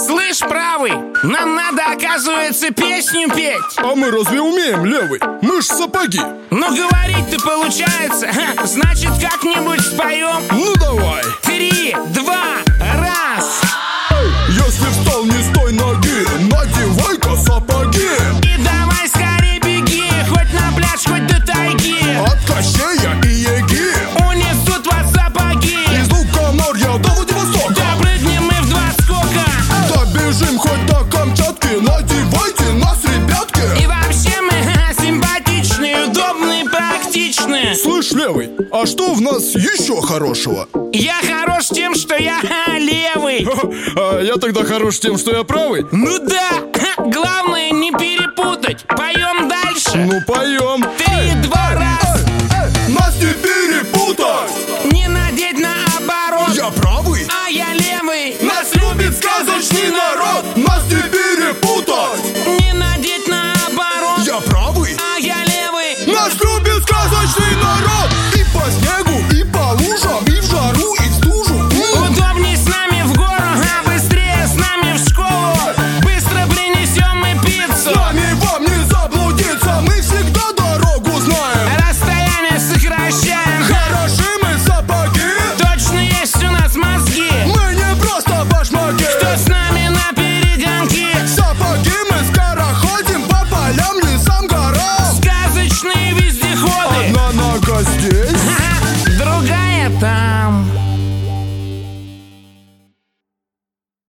Слышь, правый, нам надо, оказывается, песню петь. А мы разве умеем, левый? Мы ж сапоги. Ну говорить-то получается. Значит, как-нибудь споем. Ну давай. 3, 2, раз. Если встал не с той ноги, надевай-ка сапоги. И давай скорее беги, хоть на пляж, хоть до тайги. От Кощея и Яги Унесут вас сапоги. из Лукоморья до Владивостока. Да прыгнем мы в 2 скока. Да бежим хоть до Камчатки. Надевайте нас, ребятки. И вообще мы симпатичные, удобные, практичные. Слышь, левый, а что в нас еще хорошего? Я хорош тем, что я левый. А я тогда хорош тем, что я правый? Ну да, главное не перепутать. Поем дальше. Ну поем. 3,